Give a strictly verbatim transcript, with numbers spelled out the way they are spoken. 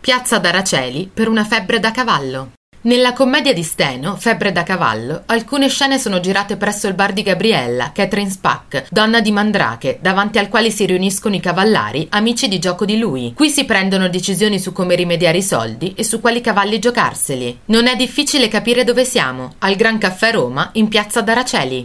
Piazza d'Araceli per una febbre da cavallo. Nella commedia di Steno, Febbre da cavallo, alcune scene sono girate presso il bar di Gabriella, Catherine Spack, donna di Mandrake, davanti al quale si riuniscono i cavallari, amici di gioco di lui. Qui si prendono decisioni su come rimediare i soldi e su quali cavalli giocarseli. Non è difficile capire dove siamo, al Gran Caffè Roma, in Piazza d'Araceli.